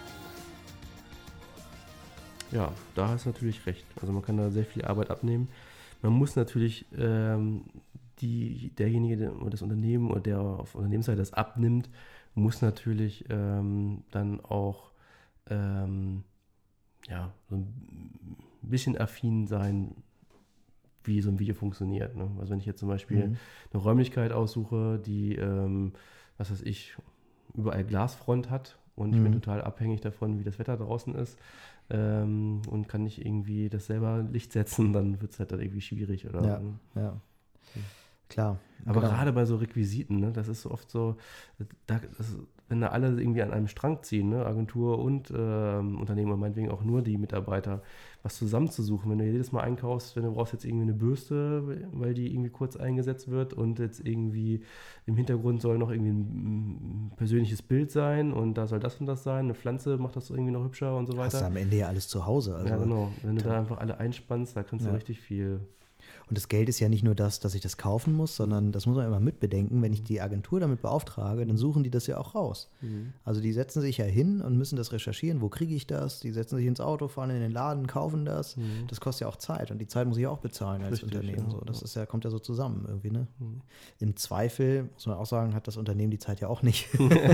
Ja, da hast du natürlich recht. Also man kann da sehr viel Arbeit abnehmen. Man muss natürlich ähm, die, derjenige der, oder das Unternehmen oder der auf Unternehmensseite das abnimmt, muss natürlich ähm, dann auch ähm, ja, so ein bisschen affin sein, wie so ein Video funktioniert. Ne? Also wenn ich jetzt zum Beispiel Mhm. eine Räumlichkeit aussuche, die, ähm, was weiß ich, überall Glasfront hat und ich bin Mhm. total abhängig davon, wie das Wetter draußen ist ähm, und kann nicht irgendwie das selber Licht setzen, dann wird es halt dann irgendwie schwierig. Oder, Ja, ne? ja. Klar. Aber genau. gerade bei so Requisiten, ne, das ist so oft so, da, das, wenn da alle irgendwie an einem Strang ziehen, ne, Agentur und ähm, Unternehmen und meinetwegen auch nur die Mitarbeiter, was zusammenzusuchen. Wenn du jedes Mal einkaufst, wenn du brauchst jetzt irgendwie eine Bürste, weil die irgendwie kurz eingesetzt wird und jetzt irgendwie im Hintergrund soll noch irgendwie ein, ein persönliches Bild sein und da soll das und das sein, eine Pflanze macht das irgendwie noch hübscher und so Hast du weiter. am Ende ja alles zu Hause. Also Ja, genau. Wenn du da einfach alle einspannst, da kannst du Ja. richtig viel. Und das Geld ist ja nicht nur das, dass ich das kaufen muss, sondern das muss man immer mitbedenken. Wenn ich die Agentur damit beauftrage, dann suchen die das ja auch raus. Mhm. Also die setzen sich ja hin und müssen das recherchieren. Wo kriege ich das? Die setzen sich ins Auto, fahren in den Laden, kaufen das. Mhm. Das kostet ja auch Zeit und die Zeit muss ich auch bezahlen als Richtig, Unternehmen. Ja, so, das ist ja, kommt ja so zusammen irgendwie. Ne? Mhm. Im Zweifel, muss man auch sagen, hat das Unternehmen die Zeit ja auch nicht.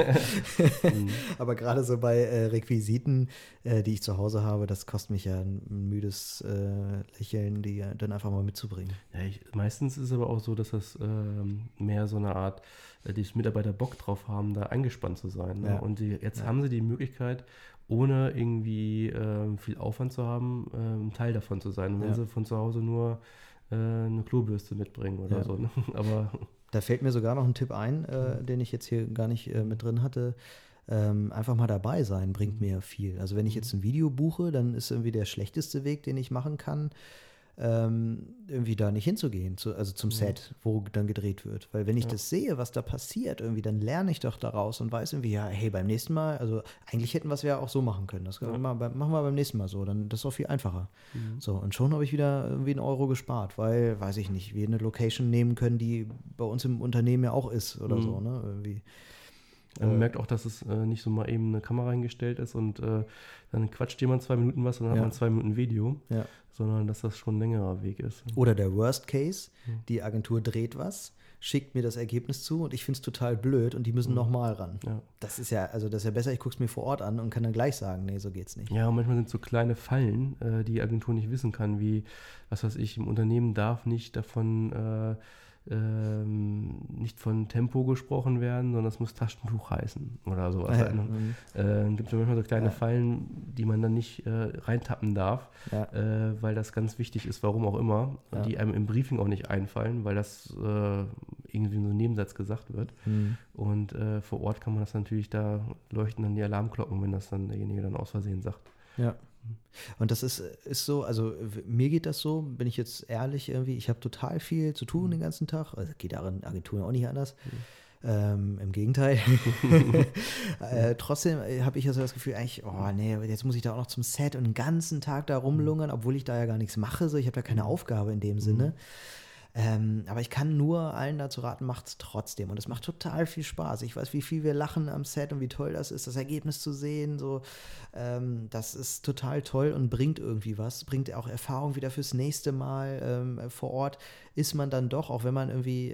mhm. Aber gerade so bei äh, Requisiten, äh, die ich zu Hause habe, das kostet mich ja ein müdes äh, Lächeln, die dann einfach mal mitzubringen. Ja, ich, meistens ist es aber auch so, dass das ähm, mehr so eine Art, äh, die Mitarbeiter Bock drauf haben, da eingespannt zu sein. Ne? Ja. Und die, jetzt ja. haben sie die Möglichkeit, ohne irgendwie äh, viel Aufwand zu haben, äh, Teil davon zu sein. Wenn ja. sie von zu Hause nur äh, eine Klobürste mitbringen oder ja. so. Ne? Aber da fällt mir sogar noch ein Tipp ein, äh, den ich jetzt hier gar nicht äh, mit drin hatte. Ähm, einfach mal dabei sein bringt mir viel. Also wenn ich jetzt ein Video buche, dann ist irgendwie der schlechteste Weg, den ich machen kann, ähm, irgendwie da nicht hinzugehen, zu, also zum Set, wo dann gedreht wird. Weil wenn ich ja. das sehe, was da passiert, irgendwie, dann lerne ich doch daraus und weiß irgendwie, ja, hey, beim nächsten Mal, also eigentlich hätten wir es ja auch so machen können. Das ja. wir mal, machen wir beim nächsten Mal so, dann das ist auch viel einfacher. Mhm. So, und schon habe ich wieder irgendwie einen Euro gespart, weil, weiß ich nicht, wir eine Location nehmen können, die bei uns im Unternehmen ja auch ist oder mhm. so, ne, irgendwie. Ja, man merkt auch, dass es äh, nicht so mal eben eine Kamera eingestellt ist und äh, dann quatscht jemand zwei Minuten was und dann ja. hat man zwei Minuten Video, ja. sondern dass das schon ein längerer Weg ist. Oder der Worst Case, die Agentur dreht was, schickt mir das Ergebnis zu und ich finde es total blöd und die müssen mhm. nochmal ran. Ja. Das ist ja, also das ist ja besser, ich gucke es mir vor Ort an und kann dann gleich sagen, nee, so geht's nicht. Ja, und manchmal sind so kleine Fallen, äh, die die Agentur nicht wissen kann, wie, was weiß ich, im Unternehmen darf nicht davon äh, Ähm, nicht von Tempo gesprochen werden, sondern es muss Taschentuch heißen oder sowas. Ja, mhm. äh, gibt es manchmal so kleine ja. Fallen, die man dann nicht äh, reintappen darf, ja. äh, weil das ganz wichtig ist, warum auch immer, ja. die einem im Briefing auch nicht einfallen, weil das äh, irgendwie in so einem Nebensatz gesagt wird. Mhm. Und äh, vor Ort kann man das natürlich, da leuchten dann die Alarmglocken, wenn das dann derjenige dann aus Versehen sagt. Ja. Und das ist, ist so, also mir geht das so, bin ich jetzt ehrlich irgendwie, ich habe total viel zu tun den ganzen Tag, also geht darin Agenturen auch nicht anders, mhm. ähm, im Gegenteil. äh, trotzdem habe ich ja so das Gefühl, eigentlich, oh nee, jetzt muss ich da auch noch zum Set und den ganzen Tag da rumlungern, obwohl ich da ja gar nichts mache, so ich habe da keine Aufgabe in dem mhm. Sinne. Ähm, aber ich kann nur allen dazu raten, macht es trotzdem. Und es macht total viel Spaß. Ich weiß, wie viel wir lachen am Set und wie toll das ist, das Ergebnis zu sehen. So, ähm, das ist total toll und bringt irgendwie was. Bringt auch Erfahrung wieder fürs nächste Mal. Ähm, vor Ort ist man dann doch, auch wenn man irgendwie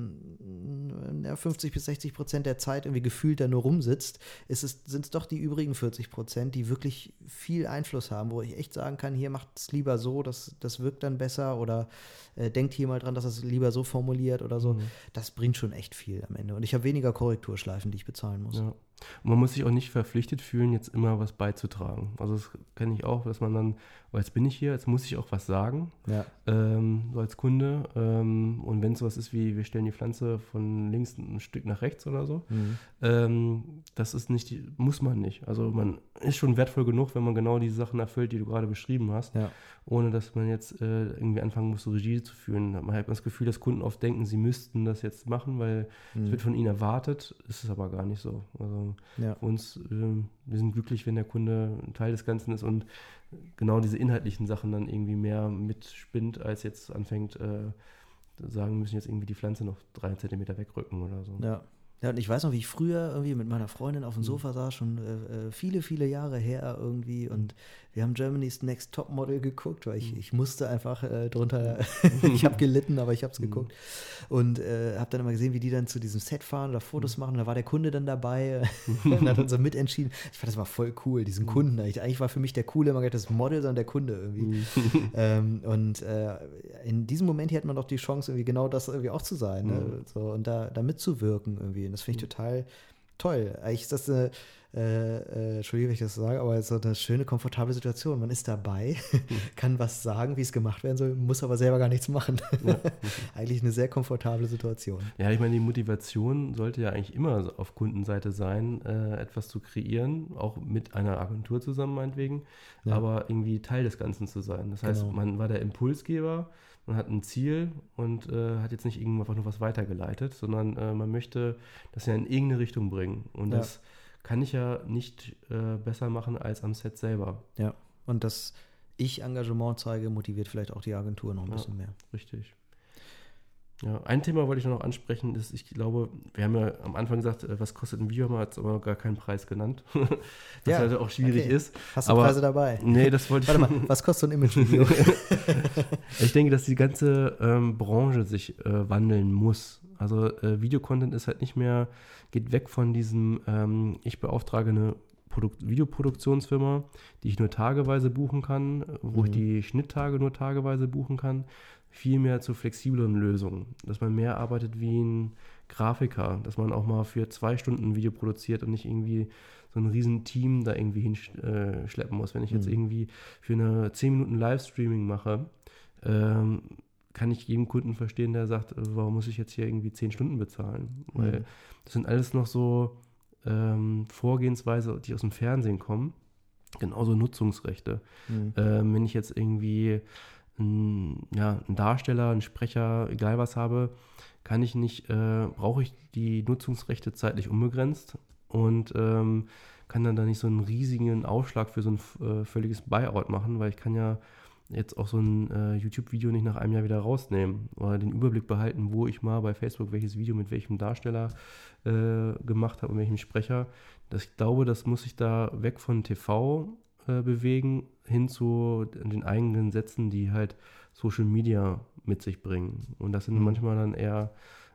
ähm, ja, fünfzig bis sechzig Prozent der Zeit irgendwie gefühlt da nur rumsitzt, ist es, sind es doch die übrigen vierzig Prozent, die wirklich viel Einfluss haben, wo ich echt sagen kann, hier macht es lieber so, das, das wirkt dann besser oder äh, denkt hier mal dran, dass es lieber so formuliert oder so. Mhm. Das bringt schon echt viel am Ende. Und ich habe weniger Korrekturschleifen, die ich bezahlen muss. Ja. Und man muss sich auch nicht verpflichtet fühlen, jetzt immer was beizutragen. Also das kenne ich auch, dass man dann, oh, jetzt bin ich hier, jetzt muss ich auch was sagen, ja. ähm, so als Kunde. Ähm, und wenn es sowas ist wie, wir stellen die Pflanze von links ein Stück nach rechts oder so, mhm. ähm, das ist nicht, die, muss man nicht. Also man ist schon wertvoll genug, wenn man genau diese Sachen erfüllt, die du gerade beschrieben hast, ja. ohne dass man jetzt äh, irgendwie anfangen muss, Regie zu führen. Man hat das Gefühl, dass Kunden oft denken, sie müssten das jetzt machen, weil es mhm. wird von ihnen erwartet, ist es aber gar nicht so. Also ja. für uns, äh, wir sind glücklich, wenn der Kunde ein Teil des Ganzen ist und genau diese inhaltlichen Sachen dann irgendwie mehr mitspinnt, als jetzt anfängt, äh, sagen, wir müssen jetzt irgendwie die Pflanze noch drei Zentimeter wegrücken oder so. Ja. Ja, und ich weiß noch, wie ich früher irgendwie mit meiner Freundin auf dem Sofa saß, schon äh, viele, viele Jahre her irgendwie, und wir haben Germany's Next Top Model geguckt, weil ich, ich musste einfach äh, drunter, ich habe gelitten, aber ich habe es geguckt und äh, habe dann immer gesehen, wie die dann zu diesem Set fahren oder Fotos machen, und da war der Kunde dann dabei und hat dann so mitentschieden. Ich fand das war voll cool, diesen Kunden eigentlich. Eigentlich war für mich der Coole immer gar nicht das Model, sondern der Kunde irgendwie. ähm, und äh, in diesem Moment hier hat man doch die Chance, irgendwie genau das irgendwie auch zu sein, ne? Mhm. So, und da, da mitzuwirken irgendwie. Und das finde ich total toll. Eigentlich ist das eine, äh, äh, Entschuldigung, wenn ich das so sage, aber so eine schöne, komfortable Situation. Man ist dabei, kann was sagen, wie es gemacht werden soll, muss aber selber gar nichts machen. Ja. Eigentlich eine sehr komfortable Situation. Ja, ich meine, die Motivation sollte ja eigentlich immer auf Kundenseite sein, äh, etwas zu kreieren, auch mit einer Agentur zusammen meinetwegen, ja. aber irgendwie Teil des Ganzen zu sein. Das heißt, genau. man war der Impulsgeber, man hat ein Ziel und äh, hat jetzt nicht irgendwo einfach nur was weitergeleitet, sondern äh, man möchte das ja in irgendeine Richtung bringen. Und ja. das kann ich ja nicht äh, besser machen als am Set selber. Ja, und dass ich Engagement zeige, motiviert vielleicht auch die Agentur noch ein ja, bisschen mehr. Richtig. Ja, ein Thema wollte ich noch ansprechen, ist, ich glaube, wir haben ja am Anfang gesagt, was kostet ein Video, haben wir jetzt aber gar keinen Preis genannt, was ja, halt auch schwierig okay. ist. Hast du aber, Preise dabei? Nee, das wollte ich Warte mal, was kostet so ein Imagevideo? Ich denke, dass die ganze ähm, Branche sich äh, wandeln muss. Also äh, Videocontent ist halt nicht mehr, geht weg von diesem, ähm, ich beauftrage eine Produkt- Videoproduktionsfirma, die ich nur tageweise buchen kann, wo mhm. ich die Schnitttage nur tageweise buchen kann, viel mehr zu flexibleren Lösungen. Dass man mehr arbeitet wie ein Grafiker, dass man auch mal für zwei Stunden ein Video produziert und nicht irgendwie so ein riesen Team da irgendwie hinschleppen muss. Wenn ich jetzt mhm. irgendwie für eine zehn Minuten Livestreaming mache, ähm, kann ich jedem Kunden verstehen, der sagt, warum muss ich jetzt hier irgendwie zehn Stunden bezahlen? Mhm. Weil das sind alles noch so ähm, Vorgehensweise, die aus dem Fernsehen kommen. Genauso Nutzungsrechte. Mhm. Ähm, wenn ich jetzt irgendwie ein, ja, einen Darsteller, einen Sprecher, egal was habe, kann ich nicht, äh, brauche ich die Nutzungsrechte zeitlich unbegrenzt und ähm, kann dann da nicht so einen riesigen Aufschlag für so ein äh, völliges Buyout machen, weil ich kann ja jetzt auch so ein äh, YouTube-Video nicht nach einem Jahr wieder rausnehmen oder den Überblick behalten, wo ich mal bei Facebook welches Video mit welchem Darsteller äh, gemacht habe und welchem Sprecher. Das, ich glaube, das muss sich da weg von T V äh, bewegen, hin zu den eigenen Sätzen, die halt Social Media mit sich bringen. Und das sind mhm. manchmal dann eher,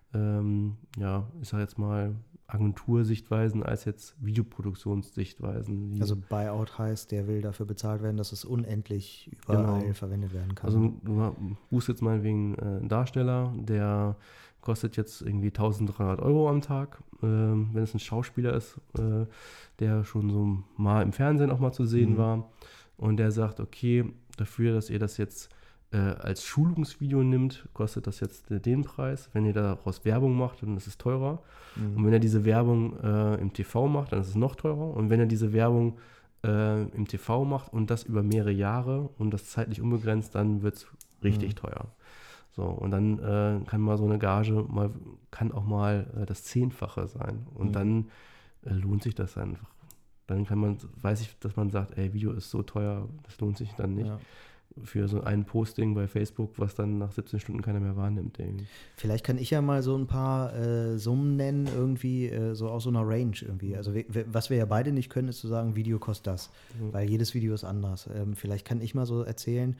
ähm, ja, ich sag jetzt mal, Agentursichtweisen als jetzt Videoproduktionssichtweisen. Also Buyout heißt, der will dafür bezahlt werden, dass es unendlich überall genau. verwendet werden kann. Also du buchst jetzt meinetwegen äh, einen Darsteller, der kostet jetzt irgendwie dreizehnhundert Euro am Tag. Ähm, wenn es ein Schauspieler ist, äh, der schon so mal im Fernsehen auch mal zu sehen mhm. war und der sagt, okay, dafür, dass ihr das jetzt äh, als Schulungsvideo nimmt, kostet das jetzt äh, den Preis. Wenn ihr daraus Werbung macht, dann ist es teurer. Mhm. Und wenn er diese Werbung äh, im T V macht, dann ist es noch teurer. Und wenn er diese Werbung äh, im T V macht und das über mehrere Jahre und das zeitlich unbegrenzt, dann wird es richtig mhm. teuer. So, und dann äh, kann mal so eine Gage mal, kann auch mal äh, das Zehnfache sein. Und mhm. dann äh, lohnt sich das einfach. Dann kann man, weiß ich, dass man sagt, ey, Video ist so teuer, das lohnt sich dann nicht. Ja. Für so ein Posting bei Facebook, was dann nach siebzehn Stunden keiner mehr wahrnimmt. Irgendwie. Vielleicht kann ich ja mal so ein paar äh, Summen nennen, irgendwie äh, so aus so einer Range irgendwie. Also we- was wir ja beide nicht können, ist zu sagen, Video kostet das, mhm. weil jedes Video ist anders. Ähm, vielleicht kann ich mal so erzählen,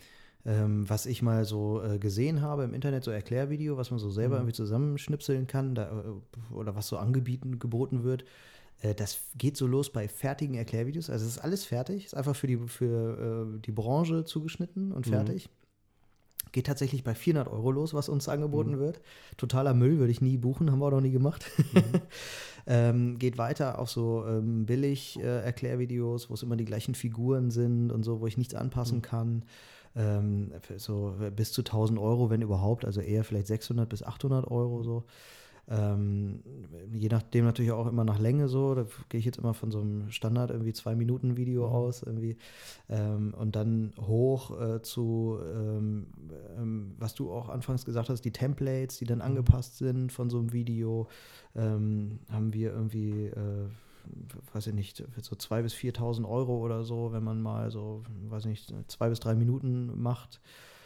ähm, was ich mal so äh, gesehen habe im Internet, so Erklärvideo, was man so selber mhm. irgendwie zusammenschnipseln kann da, oder was so angeboten geboten wird. Das geht so los bei fertigen Erklärvideos. Also es ist alles fertig, ist einfach für die, für, äh, die Branche zugeschnitten und fertig. Mhm. Geht tatsächlich bei vierhundert Euro los, was uns angeboten mhm. wird. Totaler Müll, würde ich nie buchen, haben wir auch noch nie gemacht. Mhm. ähm, geht weiter auf so ähm, billig äh, Erklärvideos, wo es immer die gleichen Figuren sind und so, wo ich nichts anpassen mhm. kann. Ähm, so bis zu tausend Euro, wenn überhaupt, also eher vielleicht sechshundert bis achthundert Euro so. Ähm, je nachdem natürlich auch immer nach Länge so, da gehe ich jetzt immer von so einem Standard irgendwie zwei Minuten Video mhm. aus irgendwie ähm, und dann hoch äh, zu, ähm, ähm, was du auch anfangs gesagt hast, die Templates, die dann mhm. angepasst sind von so einem Video, ähm, haben wir irgendwie, äh, weiß ich nicht, so zweitausend bis viertausend Euro oder so, wenn man mal so, weiß ich nicht, zwei bis drei Minuten macht.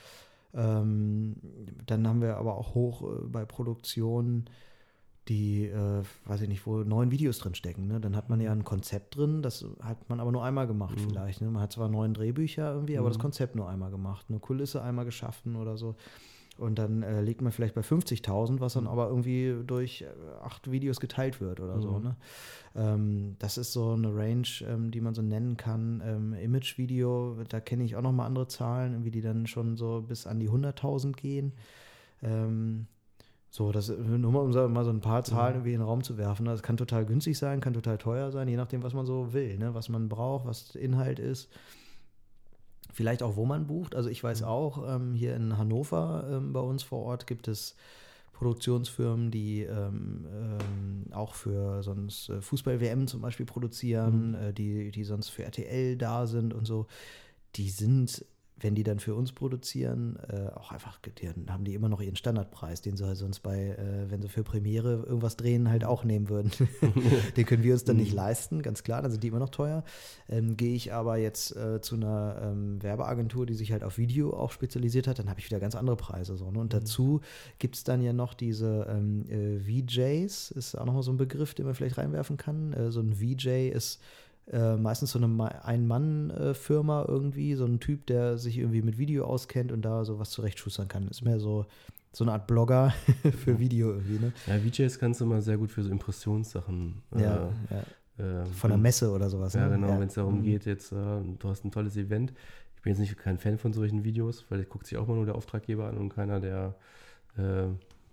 Ähm, dann haben wir aber auch hoch äh, bei Produktionen, die, äh, weiß ich nicht, wo neun Videos drin stecken. Ne? Dann hat man ja ein Konzept drin, das hat man aber nur einmal gemacht mhm. vielleicht. Ne? Man hat zwar neun Drehbücher irgendwie, mhm. aber das Konzept nur einmal gemacht. Eine Kulisse einmal geschaffen oder so. Und dann äh, liegt man vielleicht bei fünfzigtausend, was dann aber irgendwie durch äh, acht Videos geteilt wird oder mhm. so. Ne? Ähm, das ist so eine Range, ähm, die man so nennen kann. Ähm, Image-Video, da kenne ich auch noch mal andere Zahlen, irgendwie die dann schon so bis an die hunderttausend gehen. Ähm, so, das nur mal, um mal so ein paar Zahlen irgendwie in den Raum zu werfen. Das kann total günstig sein, kann total teuer sein, je nachdem, was man so will, ne? Was man braucht, was Inhalt ist. Vielleicht auch, wo man bucht. Also ich weiß auch, ähm, hier in Hannover ähm, bei uns vor Ort gibt es Produktionsfirmen, die ähm, ähm, auch für sonst äh, Fußball-W M zum Beispiel produzieren, mhm. äh, die, die sonst für R T L da sind und so. Die sind wenn die dann für uns produzieren, äh, auch einfach, dann haben die immer noch ihren Standardpreis, den sie halt sonst bei, äh, wenn sie für Premiere irgendwas drehen, halt auch nehmen würden. Den können wir uns dann nicht leisten, ganz klar, dann sind die immer noch teuer. Ähm, gehe ich aber jetzt äh, zu einer ähm, Werbeagentur, die sich halt auf Video auch spezialisiert hat, dann habe ich wieder ganz andere Preise. So, ne? Und dazu gibt es dann ja noch diese ähm, äh, V Js, ist auch nochmal so ein Begriff, den man vielleicht reinwerfen kann. Äh, so ein V J ist Äh, meistens so eine Ein-Mann-Firma irgendwie, so ein Typ, der sich irgendwie mit Video auskennt und da sowas zurechtschustern kann. Ist mehr so, so eine Art Blogger für Video irgendwie, ne? Ja, V Js kannst du immer sehr gut für so Impressionssachen. Ja, äh, ja. Äh, Von der Messe oder sowas. Ja, ne? genau, Ja. wenn es darum Mhm. geht, jetzt, äh, du hast ein tolles Event. Ich bin jetzt nicht kein Fan von solchen Videos, weil guckt sich auch mal nur der Auftraggeber an und keiner, der äh,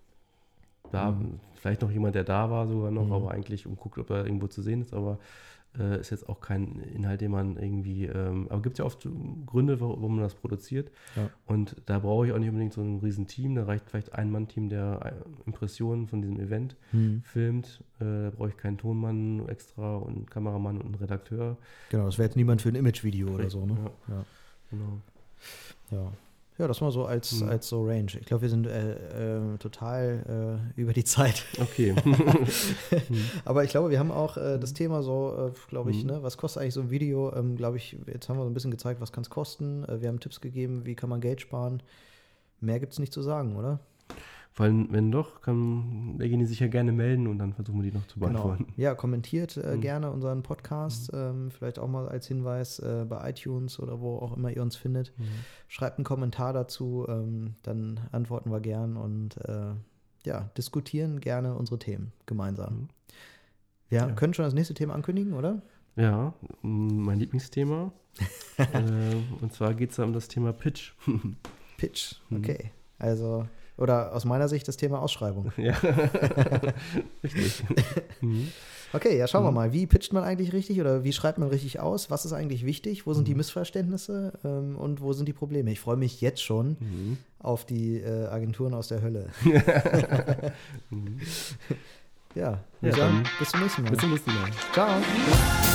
da, Mhm. vielleicht noch jemand, der da war sogar noch, Mhm. aber eigentlich und guckt, ob er irgendwo zu sehen ist, aber äh, ist jetzt auch kein Inhalt, den man irgendwie, ähm, aber gibt es ja oft Gründe, warum man das produziert. Ja. Und da brauche ich auch nicht unbedingt so ein riesen Team, da reicht vielleicht ein Mann-Team, der Impressionen von diesem Event Mhm. filmt. Äh, da brauche ich keinen Tonmann extra und einen Kameramann und einen Redakteur. Genau, das wäre jetzt niemand für ein Imagevideo oder so, ne? Ja, Ja. genau. Ja. Ja, das mal so als, Mhm. als so Range. Ich glaube, wir sind äh, äh, total äh, über die Zeit. Okay. Aber ich glaube, wir haben auch äh, das Thema so, äh, glaube ich, Mhm. ne, was kostet eigentlich so ein Video? Ähm, glaube ich, jetzt haben wir so ein bisschen gezeigt, was kann es kosten. Äh, wir haben Tipps gegeben, wie kann man Geld sparen. Mehr gibt es nicht zu sagen, oder? Weil, wenn doch, kann derjenige sich ja gerne melden und dann versuchen wir die noch zu Genau. beantworten. Ja, kommentiert äh, Mhm. gerne unseren Podcast. Ähm, vielleicht auch mal als Hinweis äh, bei iTunes oder wo auch immer ihr uns findet. Mhm. Schreibt einen Kommentar dazu, ähm, dann antworten wir gern und äh, ja, diskutieren gerne unsere Themen gemeinsam. Mhm. Wir Ja. können schon das nächste Thema ankündigen, oder? Ja, m, mein Lieblingsthema. äh, und zwar geht es da um das Thema Pitch. Pitch, Mhm. okay. Also, oder aus meiner Sicht das Thema Ausschreibung. Ja, richtig. Mhm. Okay, ja, schauen wir Mhm. mal. Wie pitcht man eigentlich richtig oder wie schreibt man richtig aus? Was ist eigentlich wichtig? Wo sind die Mhm. Missverständnisse Missverständnisse ähm, und wo sind die Probleme? Ich freue mich jetzt schon Mhm. auf die äh, Agenturen aus der Hölle. Mhm. Ja, Ja, würde sagen, dann bis zum nächsten Mal. Bis zum nächsten Mal. Ciao.